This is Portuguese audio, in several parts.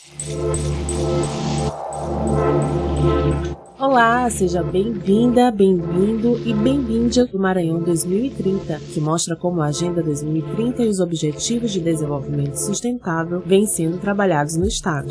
Olá, seja bem-vinda, bem-vindo e bem-vinde ao Maranhão 2030, que mostra como a Agenda 2030 e os Objetivos de Desenvolvimento Sustentável vêm sendo trabalhados no Estado.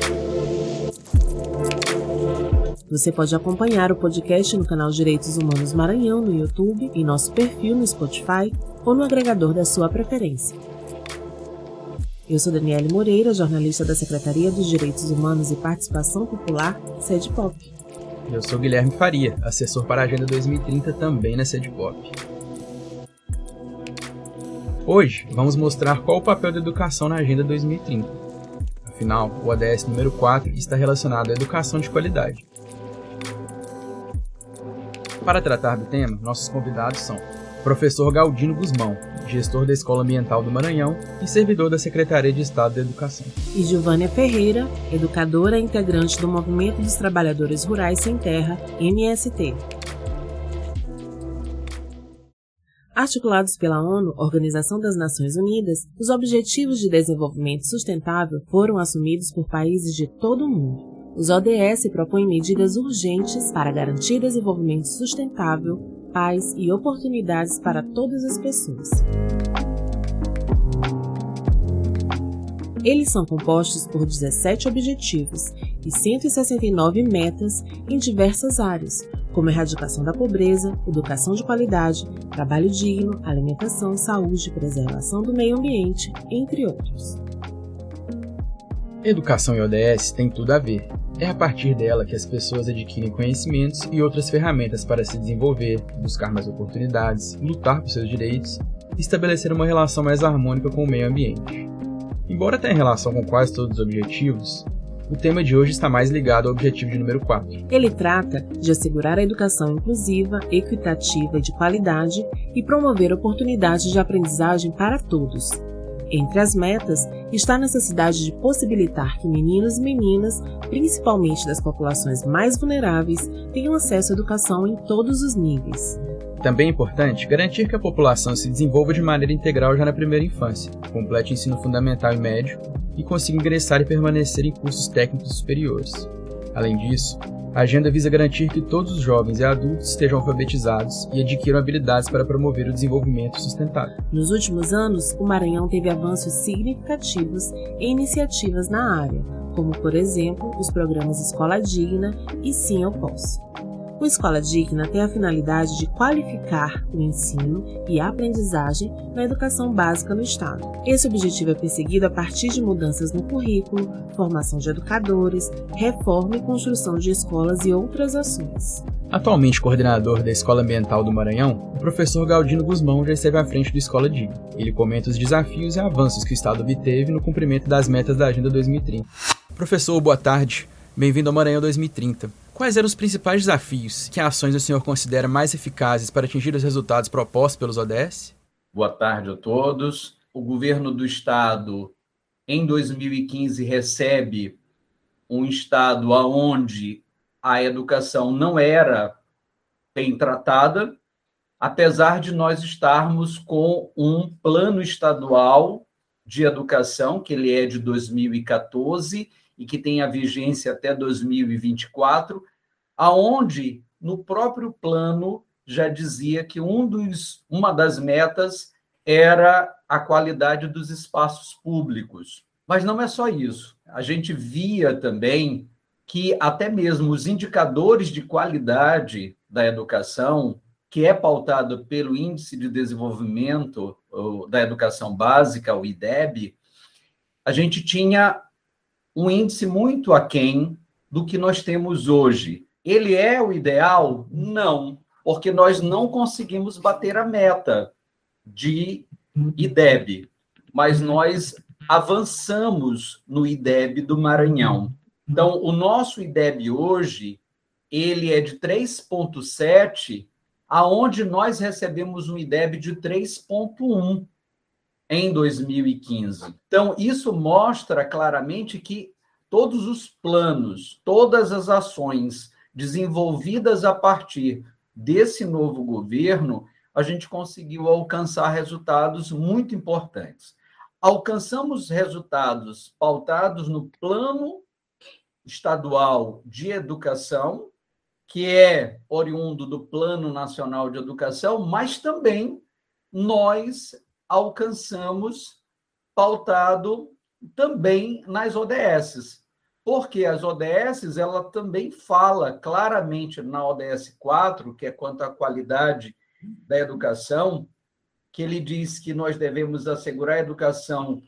Você pode acompanhar o podcast no canal Direitos Humanos Maranhão no YouTube, em nosso perfil no Spotify ou no agregador da sua preferência. Eu sou Daniele Moreira, jornalista da Secretaria dos Direitos Humanos e Participação Popular, SEDPOP. Eu sou Guilherme Faria, assessor para a Agenda 2030 também na SEDPOP. Hoje, vamos mostrar qual o papel da educação na Agenda 2030. Afinal, o ODS número 4 está relacionado à educação de qualidade. Para tratar do tema, nossos convidados são o professor Galdino Guzmão, gestor da Escola Ambiental do Maranhão e servidor da Secretaria de Estado da Educação. E Gilvânia Ferreira, educadora e integrante do Movimento dos Trabalhadores Rurais Sem Terra, MST. Articulados pela ONU, Organização das Nações Unidas, os Objetivos de Desenvolvimento Sustentável foram assumidos por países de todo o mundo. Os ODS propõem medidas urgentes para garantir desenvolvimento sustentável, paz e oportunidades para todas as pessoas. Eles são compostos por 17 objetivos e 169 metas em diversas áreas, como erradicação da pobreza, educação de qualidade, trabalho digno, alimentação, saúde, preservação do meio ambiente, entre outros. Educação e ODS têm tudo a ver. É a partir dela que as pessoas adquirem conhecimentos e outras ferramentas para se desenvolver, buscar mais oportunidades, lutar por seus direitos e estabelecer uma relação mais harmônica com o meio ambiente. Embora tenha relação com quase todos os objetivos, o tema de hoje está mais ligado ao objetivo de número 4. Ele trata de assegurar a educação inclusiva, equitativa e de qualidade e promover oportunidades de aprendizagem para todos. Entre as metas está a necessidade de possibilitar que meninos e meninas, principalmente das populações mais vulneráveis, tenham acesso à educação em todos os níveis. Também é importante garantir que a população se desenvolva de maneira integral já na primeira infância, complete o ensino fundamental e médio e consiga ingressar e permanecer em cursos técnicos superiores. Além disso, a agenda visa garantir que todos os jovens e adultos estejam alfabetizados e adquiram habilidades para promover o desenvolvimento sustentável. Nos últimos anos, o Maranhão teve avanços significativos em iniciativas na área, como, por exemplo, os programas Escola Digna e Sim Eu Posso. O Escola Digna tem a finalidade de qualificar o ensino e a aprendizagem na educação básica no Estado. Esse objetivo é perseguido a partir de mudanças no currículo, formação de educadores, reforma e construção de escolas e outras ações. Atualmente coordenador da Escola Ambiental do Maranhão, o professor Galdino Guzmão já esteve à frente do Escola Digna. Ele comenta os desafios e avanços que o Estado obteve no cumprimento das metas da Agenda 2030. Professor, boa tarde. Bem-vindo ao Maranhão 2030. Quais eram os principais desafios? Que ações o senhor considera mais eficazes para atingir os resultados propostos pelos ODS? Boa tarde a todos. O governo do Estado, em 2015, recebe um Estado onde a educação não era bem tratada, apesar de nós estarmos com um plano estadual de educação, que ele é de 2014 e que tem a vigência até 2024, aonde no próprio plano já dizia que uma das metas era a qualidade dos espaços públicos. Mas não é só isso. A gente via também que até mesmo os indicadores de qualidade da educação, que é pautado pelo Índice de Desenvolvimento da Educação Básica, o IDEB, a gente tinha um índice muito aquém do que nós temos hoje. Ele é o ideal? Não, porque nós não conseguimos bater a meta de IDEB, mas nós avançamos no IDEB do Maranhão. Então, o nosso IDEB hoje, ele é de 3,7, aonde nós recebemos um IDEB de 3,1 em 2015. Então, isso mostra claramente que todos os planos, todas as ações desenvolvidas a partir desse novo governo, a gente conseguiu alcançar resultados muito importantes. alcançamos resultados pautados no Plano Estadual de Educação, que é oriundo do Plano Nacional de Educação, mas também nós alcançamos pautado também nas ODSs, porque as ODSs, ela também fala claramente na ODS 4, que é quanto à qualidade da educação, que ele diz que nós devemos assegurar a educação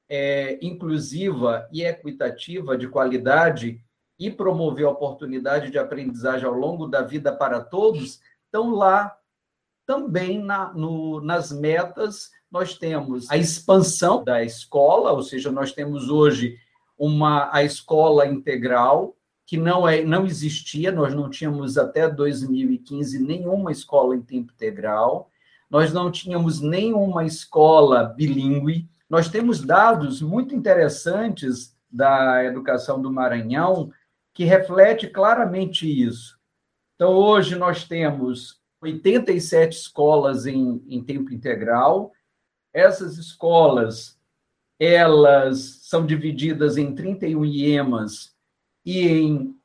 inclusiva e equitativa de qualidade e promover a oportunidade de aprendizagem ao longo da vida para todos. Então, lá também nas metas, nós temos a expansão da escola, ou seja, nós temos hoje a escola integral, que não existia, nós não tínhamos até 2015 nenhuma escola em tempo integral, nós não tínhamos nenhuma escola bilíngue. Nós temos dados muito interessantes da educação do Maranhão que reflete claramente isso. Então, hoje nós temos 87 escolas em tempo integral. Essas escolas, elas são divididas em 31 IEMAs e em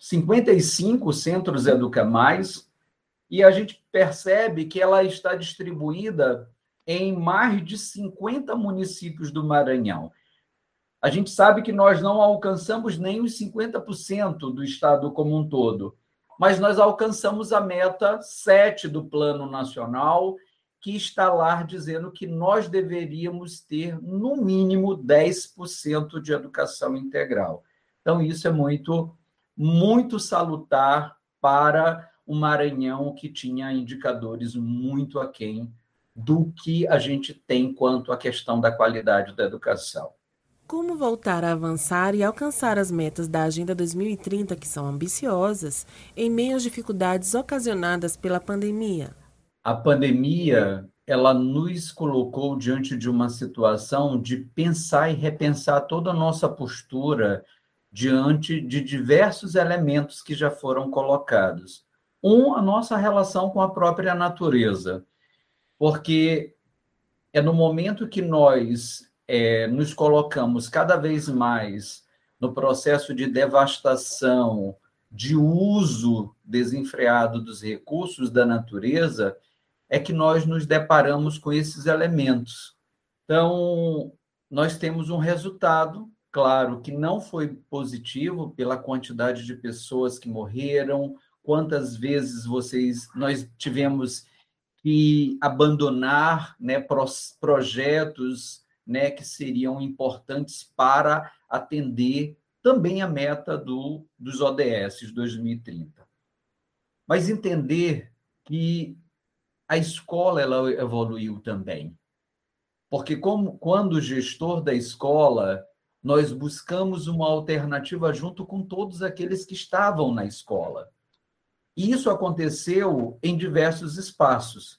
55 centros EducaMais, e a gente percebe que ela está distribuída em mais de 50 municípios do Maranhão. A gente sabe que nós não alcançamos nem os 50% do estado como um todo, mas nós alcançamos a meta 7 do Plano Nacional, que está lá dizendo que nós deveríamos ter, no mínimo, 10% de educação integral. Então, isso é muito, muito salutar para o Maranhão, que tinha indicadores muito aquém do que a gente tem quanto à questão da qualidade da educação. Como voltar a avançar e alcançar as metas da Agenda 2030, que são ambiciosas, em meio às dificuldades ocasionadas pela pandemia? A pandemia, ela nos colocou diante de uma situação de pensar e repensar toda a nossa postura diante de diversos elementos que já foram colocados. A nossa relação com a própria natureza, porque é no momento que nós nos colocamos cada vez mais no processo de devastação, de uso desenfreado dos recursos da natureza, é que nós nos deparamos com esses elementos. Então, nós temos um resultado, claro, que não foi positivo pela quantidade de pessoas que morreram, quantas vezes nós tivemos que abandonar, né, projetos, né, que seriam importantes para atender também a meta dos ODS 2030. Mas entender que a escola ela evoluiu também. Porque quando gestor da escola, nós buscamos uma alternativa junto com todos aqueles que estavam na escola. E isso aconteceu em diversos espaços.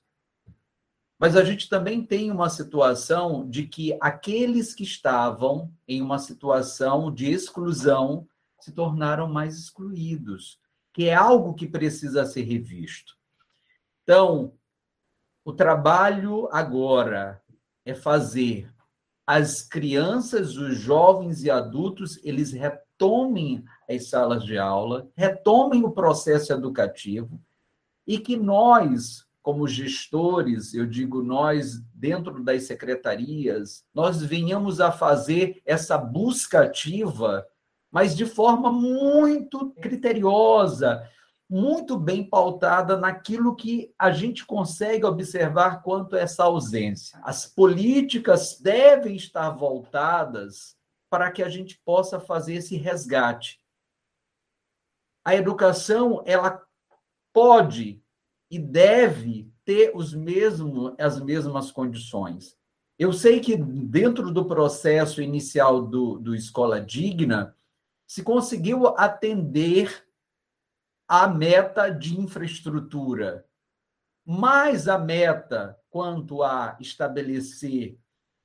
Mas a gente também tem uma situação de que aqueles que estavam em uma situação de exclusão se tornaram mais excluídos, que é algo que precisa ser revisto. Então, o trabalho agora é fazer as crianças, os jovens e adultos, eles retomem as salas de aula, retomem o processo educativo e que nós, como gestores, eu digo nós, dentro das secretarias, nós venhamos a fazer essa busca ativa, mas de forma muito criteriosa, muito bem pautada naquilo que a gente consegue observar quanto a essa ausência. As políticas devem estar voltadas para que a gente possa fazer esse resgate. A educação, ela pode e deve ter as mesmas condições. Eu sei que dentro do processo inicial do Escola Digna, se conseguiu atender a meta de infraestrutura, mas a meta quanto a estabelecer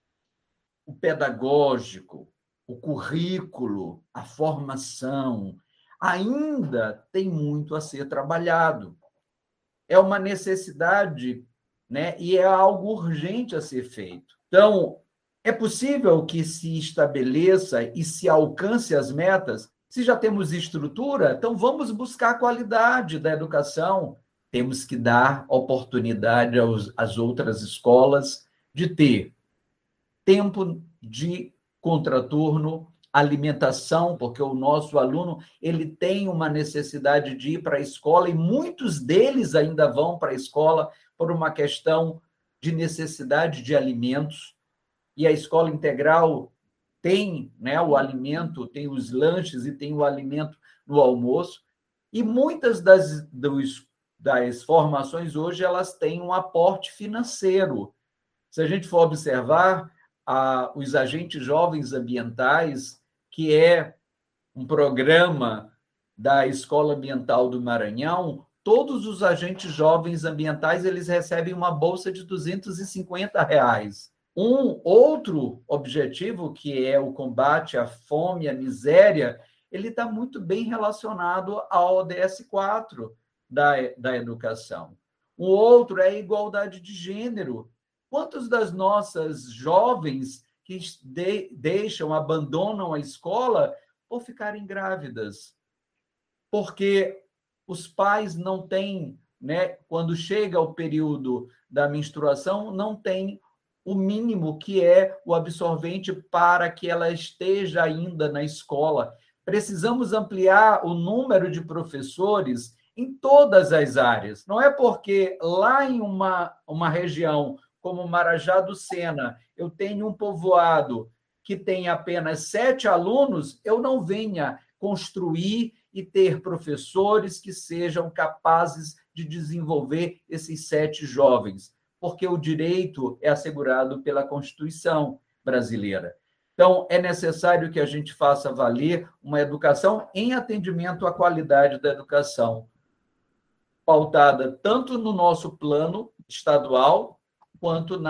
o pedagógico, o currículo, a formação, ainda tem muito a ser trabalhado. É uma necessidade, né? E é algo urgente a ser feito. Então, É possível que se estabeleça e se alcance as metas? Se já temos estrutura, então vamos buscar a qualidade da educação. Temos que dar oportunidade às outras escolas de ter tempo de contraturno, alimentação, porque o nosso aluno ele tem uma necessidade de ir para a escola e muitos deles ainda vão para a escola por uma questão de necessidade de alimentos. E a escola integral tem, né, o alimento, tem os lanches e tem o alimento no almoço. E muitas das formações hoje elas têm um aporte financeiro. Se a gente for observar, os agentes jovens ambientais, que é um programa da Escola Ambiental do Maranhão, todos os agentes jovens ambientais eles recebem uma bolsa de R$250. Um outro objetivo, que é o combate à fome e à miséria, ele está muito bem relacionado ao ODS 4 da educação. O outro é a igualdade de gênero. Quantos das nossas jovens que abandonam a escola por ficarem grávidas? Porque os pais não têm, né, quando chega o período da menstruação, não tem o mínimo que é o absorvente para que ela esteja ainda na escola. Precisamos ampliar o número de professores em todas as áreas. Não é porque lá em uma região como Marajá do Sena, eu tenho um povoado que tem apenas 7 alunos, eu não venha construir e ter professores que sejam capazes de desenvolver esses 7 jovens, porque o direito é assegurado pela Constituição brasileira. Então, é necessário que a gente faça valer uma educação em atendimento à qualidade da educação, pautada tanto no nosso plano estadual, quanto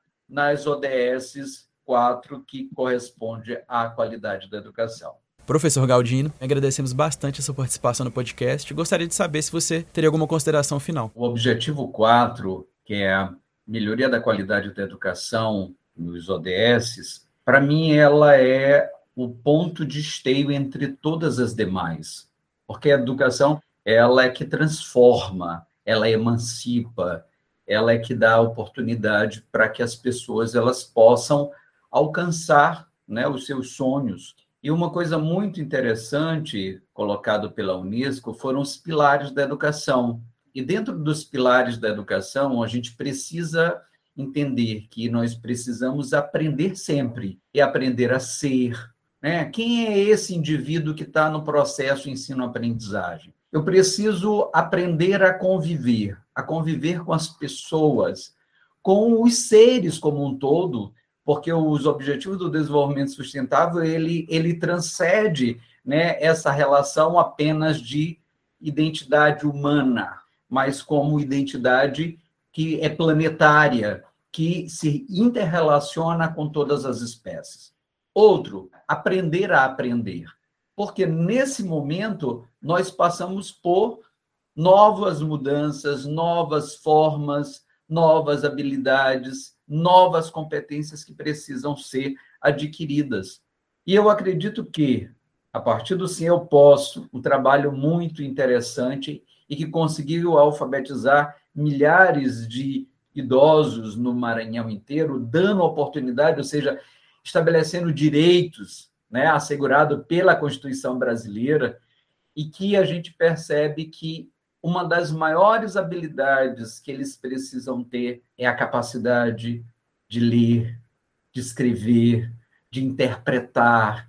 nas ODS 4, que corresponde à qualidade da educação. Professor Galdino, agradecemos bastante a sua participação no podcast. Gostaria de saber se você teria alguma consideração final. O objetivo 4, que é a melhoria da qualidade da educação nos ODS, para mim ela é o ponto de esteio entre todas as demais, porque a educação ela é que transforma, ela emancipa, ela é que dá oportunidade para que as pessoas elas possam alcançar, né, os seus sonhos. E uma coisa muito interessante, colocado pela Unesco, foram os pilares da educação. E dentro dos pilares da educação, a gente precisa entender que nós precisamos aprender sempre e aprender a ser, né? Quem é esse indivíduo que está no processo ensino-aprendizagem? Eu preciso aprender a conviver com as pessoas, com os seres como um todo, porque os Objetivos do Desenvolvimento Sustentável, ele transcende, né, essa relação apenas de identidade humana, mas como identidade que é planetária, que se interrelaciona com todas as espécies. Outro, aprender a aprender. Porque, nesse momento, nós passamos por novas mudanças, novas formas, novas habilidades, novas competências que precisam ser adquiridas. E eu acredito que, a partir do Sim Eu Posso, um trabalho muito interessante e que conseguiu alfabetizar milhares de idosos no Maranhão inteiro, dando oportunidade, ou seja, estabelecendo direitos, né, assegurado pela Constituição brasileira, e que a gente percebe que uma das maiores habilidades que eles precisam ter é a capacidade de ler, de escrever, de interpretar,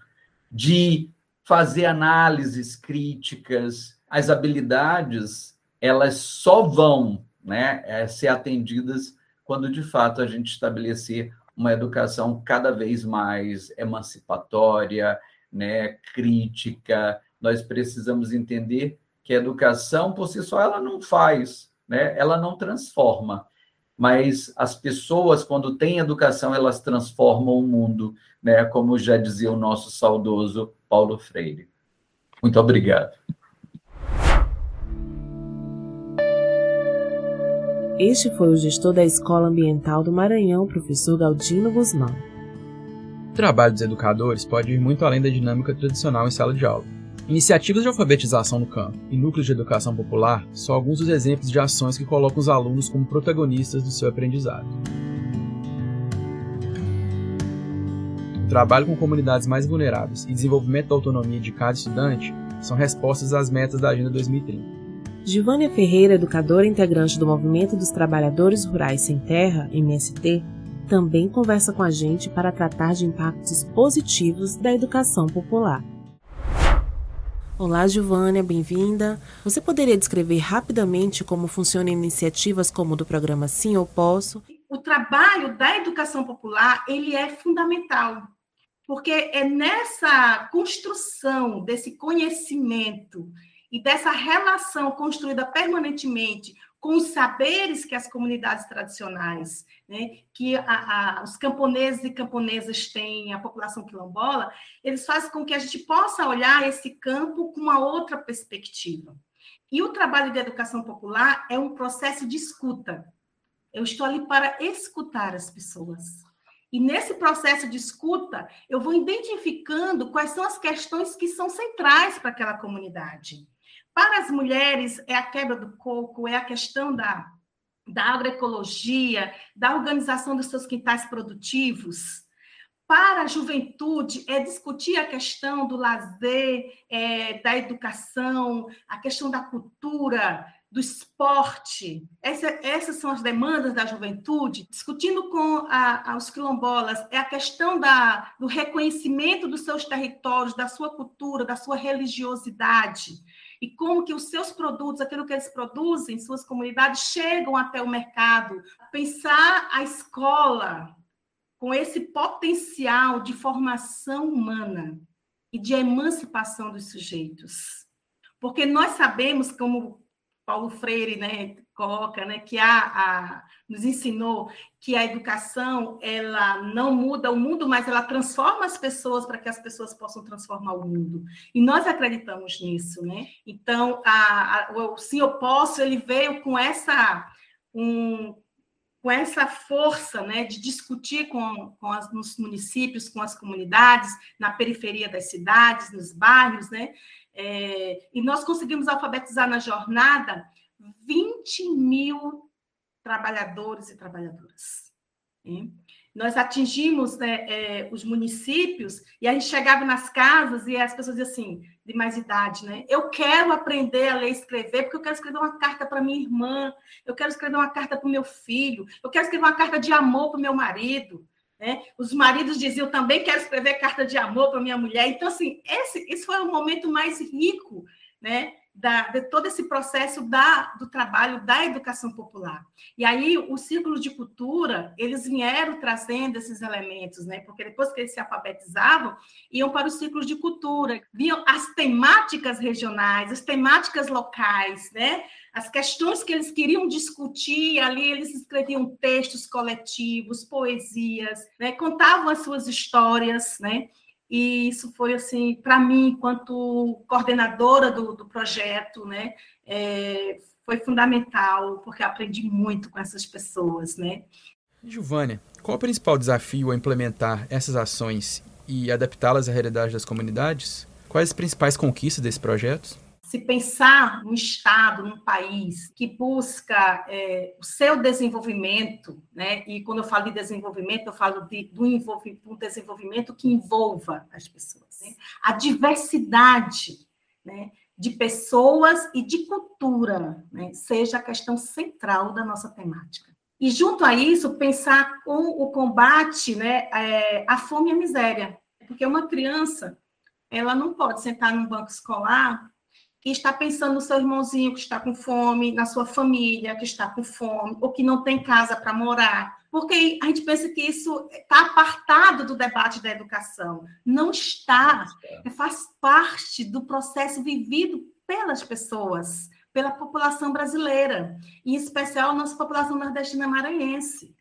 de fazer análises críticas. As habilidades, elas só vão, né, ser atendidas quando, de fato, a gente estabelecer uma educação cada vez mais emancipatória, né, crítica. Nós precisamos entender que a educação, por si só, ela não faz, né, ela não transforma, mas as pessoas, quando têm educação, elas transformam o mundo, né, como já dizia o nosso saudoso Paulo Freire. Muito obrigado. Este foi o gestor da Escola Ambiental do Maranhão, professor Galdino Guzmão. O trabalho dos educadores pode ir muito além da dinâmica tradicional em sala de aula. Iniciativas de alfabetização no campo e núcleos de educação popular são alguns dos exemplos de ações que colocam os alunos como protagonistas do seu aprendizado. O trabalho com comunidades mais vulneráveis e desenvolvimento da autonomia de cada estudante são respostas às metas da Agenda 2030. Givânia Ferreira, educadora integrante do Movimento dos Trabalhadores Rurais Sem Terra, MST, também conversa com a gente para tratar de impactos positivos da educação popular. Olá, Givânia, bem-vinda. Você poderia descrever rapidamente como funcionam iniciativas como o do programa Sim Eu Posso? O trabalho da educação popular, ele é fundamental, porque é nessa construção desse conhecimento e dessa relação construída permanentemente com os saberes que as comunidades tradicionais, né, que os camponeses e camponesas têm, a população quilombola, eles fazem com que a gente possa olhar esse campo com uma outra perspectiva. E o trabalho de educação popular é um processo de escuta. Eu estou ali para escutar as pessoas. E nesse processo de escuta, eu vou identificando quais são as questões que são centrais para aquela comunidade. Para as mulheres, é a quebra do coco, é a questão da agroecologia, da organização dos seus quintais produtivos. Para a juventude, é discutir a questão do lazer, da educação, a questão da cultura, do esporte. Essas são as demandas da juventude. Discutindo com os quilombolas, é a questão do reconhecimento dos seus territórios, da sua cultura, da sua religiosidade. E como que os seus produtos, aquilo que eles produzem, suas comunidades, chegam até o mercado. Pensar a escola com esse potencial de formação humana e de emancipação dos sujeitos. Porque nós sabemos, como Paulo Freire, né, coloca, né, que nos ensinou que a educação ela não muda o mundo, mas ela transforma as pessoas para que as pessoas possam transformar o mundo. E nós acreditamos nisso, né? Então, o Sim Eu Posso, ele veio com essa força, né, de discutir nos municípios, com as comunidades, na periferia das cidades, nos bairros, né? E nós conseguimos alfabetizar na jornada 20 mil trabalhadores e trabalhadoras. Hein? Nós atingimos, né, os municípios e a gente chegava nas casas e as pessoas diziam assim, de mais idade, né? Eu quero aprender a ler e escrever porque eu quero escrever uma carta para minha irmã, eu quero escrever uma carta para o meu filho, eu quero escrever uma carta de amor para o meu marido. Né? Os maridos diziam, também quero escrever carta de amor para minha mulher. Então, assim, esse foi o momento mais rico, né, de todo esse processo do trabalho da educação popular. E aí, os círculos de cultura, eles vieram trazendo esses elementos, né? Porque depois que eles se alfabetizavam, iam para os círculos de cultura, viam as temáticas regionais, as temáticas locais, né? As questões que eles queriam discutir, ali eles escreviam textos coletivos, poesias, né? Contavam as suas histórias, né? E isso foi, assim, para mim, enquanto coordenadora do projeto, né? Foi fundamental, porque eu aprendi muito com essas pessoas, né? Givânia, qual o principal desafio a implementar essas ações e adaptá-las à realidade das comunidades? Quais as principais conquistas desses projetos? Se pensar num Estado, num país que busca o seu desenvolvimento, né? E quando eu falo de desenvolvimento, eu falo de um desenvolvimento que envolva as pessoas. Né? A diversidade, né, de pessoas e de cultura, né, seja a questão central da nossa temática. E, junto a isso, pensar com o combate, né, à fome e à miséria. Porque uma criança ela não pode sentar num banco escolar e está pensando no seu irmãozinho que está com fome, na sua família que está com fome, ou que não tem casa para morar. Porque a gente pensa que isso está apartado do debate da educação. Não está. Faz parte do processo vivido pelas pessoas, pela população brasileira, em especial a nossa população nordestina maranhense.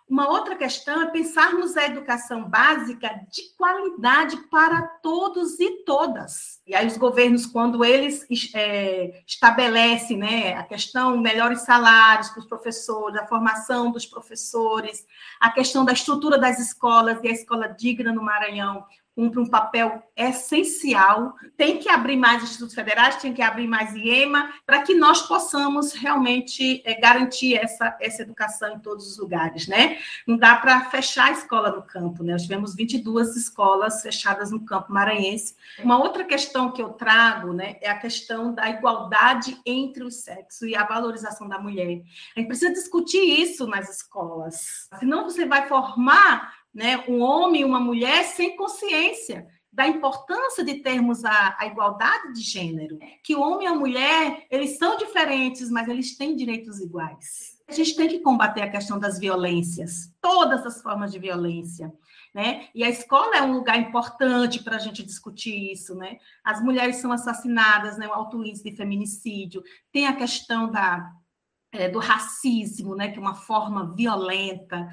Uma outra questão é pensarmos a educação básica de qualidade para todos e todas. E aí os governos, quando eles estabelecem, né, a questão melhores salários para os professores, a formação dos professores, a questão da estrutura das escolas, e a escola digna no Maranhão cumpre um papel essencial. Tem que abrir mais institutos federais, tem que abrir mais IEMA, para que nós possamos realmente garantir essa educação em todos os lugares, né? Não dá para fechar a escola no campo, né? Nós tivemos 22 escolas fechadas no campo maranhense. Uma outra questão que eu trago, né, é a questão da igualdade entre os sexos e a valorização da mulher. A gente precisa discutir isso nas escolas. Senão você vai formar, né, um homem e uma mulher sem consciência da importância de termos a igualdade de gênero, que o homem e a mulher, eles são diferentes, mas eles têm direitos iguais. A gente tem que combater a questão das violências, todas as formas de violência, né? E a escola é um lugar importante para a gente discutir isso, né? As mulheres são assassinadas, né? O alto índice de feminicídio, tem a questão do racismo, né? Que é uma forma violenta,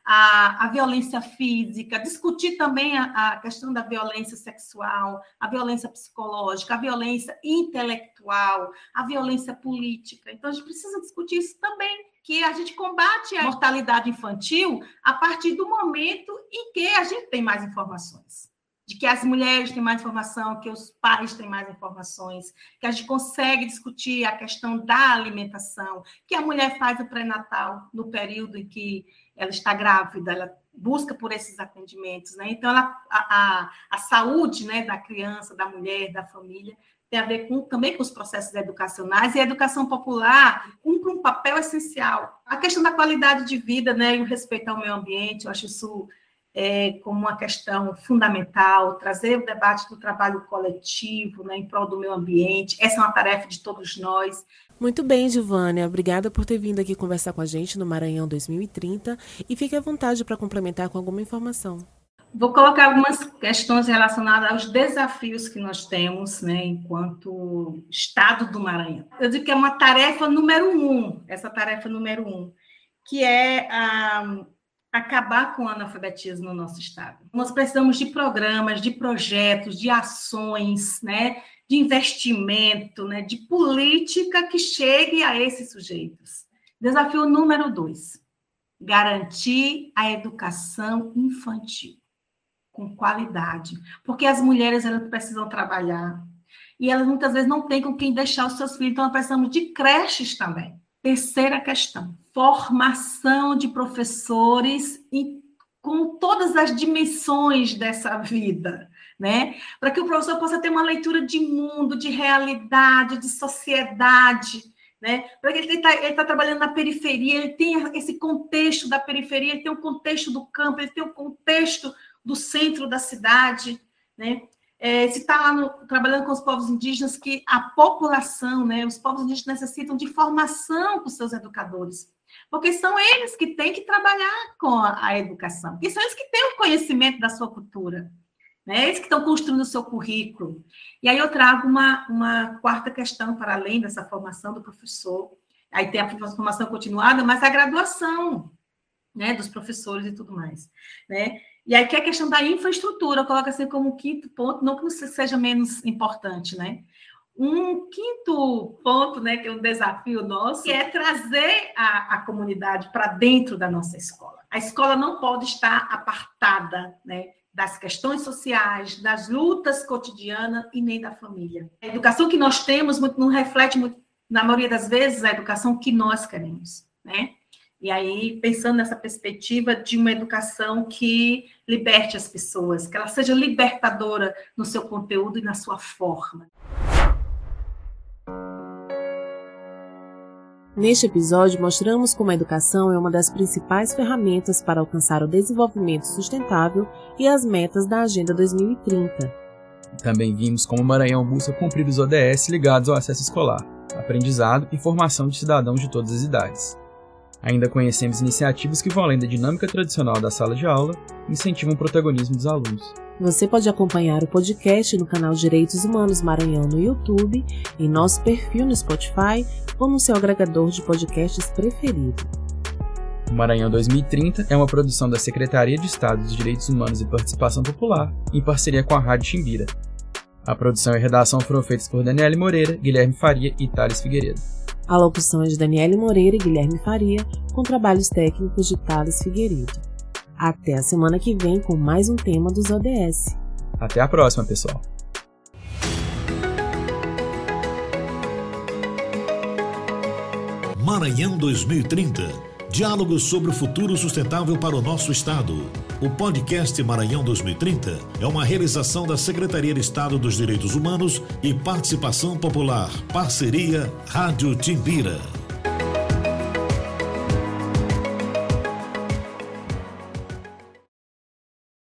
a violência física, discutir também a questão da violência sexual, a violência psicológica, a violência intelectual, a violência política. Então, a gente precisa discutir isso também, que a gente combate a mortalidade infantil a partir do momento em que a gente tem mais informações. De que as mulheres têm mais informação, que os pais têm mais informações, que a gente consegue discutir a questão da alimentação, que a mulher faz o pré-natal no período em que ela está grávida, ela busca por esses atendimentos, né? Então, a saúde, né, da criança, da mulher, da família, tem a ver também com os processos educacionais, e a educação popular cumpre um papel essencial. A questão da qualidade de vida, né, e o respeito ao meio ambiente, eu acho isso como uma questão fundamental, trazer o debate do trabalho coletivo, né, em prol do meio ambiente. Essa é uma tarefa de todos nós. Muito bem, Gilvânia. Obrigada por ter vindo aqui conversar com a gente no Maranhão 2030 e fique à vontade para complementar com alguma informação. Vou colocar algumas questões relacionadas aos desafios que nós temos, né, enquanto Estado do Maranhão. Eu digo que é uma tarefa número 1, essa tarefa número 1, que é acabar com o analfabetismo no nosso estado. Nós precisamos de programas, de projetos, de ações, né, de investimento, né, de política que chegue a esses sujeitos. Desafio número 2, garantir a educação infantil com qualidade, porque as mulheres elas precisam trabalhar e elas muitas vezes não têm com quem deixar os seus filhos, então nós precisamos de creches também. Terceira questão, formação de professores com todas as dimensões dessa vida, né? Para que o professor possa ter uma leitura de mundo, de realidade, de sociedade, né? Para que ele está trabalhando na periferia, ele tem esse contexto da periferia, ele tem o contexto do campo, ele tem o contexto do centro da cidade, né? Se está lá trabalhando com os povos indígenas, que a população, né, os povos indígenas necessitam de formação com seus educadores, porque são eles que têm que trabalhar com a educação, e são eles que têm o conhecimento da sua cultura, né, eles que estão construindo o seu currículo. E aí eu trago uma quarta questão, para além dessa formação do professor, aí tem a formação continuada, mas a graduação, né, dos professores e tudo mais, né? E aí que é a questão da infraestrutura, eu coloco assim como quinto ponto, não que seja menos importante, né? Um quinto ponto, né, que é um desafio nosso, que é trazer a comunidade para dentro da nossa escola. A escola não pode estar apartada, né, das questões sociais, das lutas cotidianas e nem da família. A educação que nós temos não reflete muito, na maioria das vezes, a educação que nós queremos, né? E aí, pensando nessa perspectiva de uma educação que liberte as pessoas, que ela seja libertadora no seu conteúdo e na sua forma. Neste episódio, mostramos como a educação é uma das principais ferramentas para alcançar o desenvolvimento sustentável e as metas da Agenda 2030. Também vimos como o Maranhão busca cumprir os ODS ligados ao acesso escolar, aprendizado e formação de cidadãos de todas as idades. Ainda conhecemos iniciativas que vão além da dinâmica tradicional da sala de aula e incentivam o protagonismo dos alunos. Você pode acompanhar o podcast no canal Direitos Humanos Maranhão no YouTube, em nosso perfil no Spotify ou no seu agregador de podcasts preferido. O Maranhão 2030 é uma produção da Secretaria de Estado dos Direitos Humanos e Participação Popular, em parceria com a Rádio Timbira. A produção e a redação foram feitas por Daniele Moreira, Guilherme Faria e Thales Figueiredo. A locução é de Daniele Moreira e Guilherme Faria, com trabalhos técnicos de Thales Figueiredo. Até a semana que vem com mais um tema dos ODS. Até a próxima, pessoal! Maranhão 2030. Diálogos sobre o futuro sustentável para o nosso estado. O podcast Maranhão 2030 é uma realização da Secretaria de Estado dos Direitos Humanos e Participação Popular. Parceria Rádio Timbira.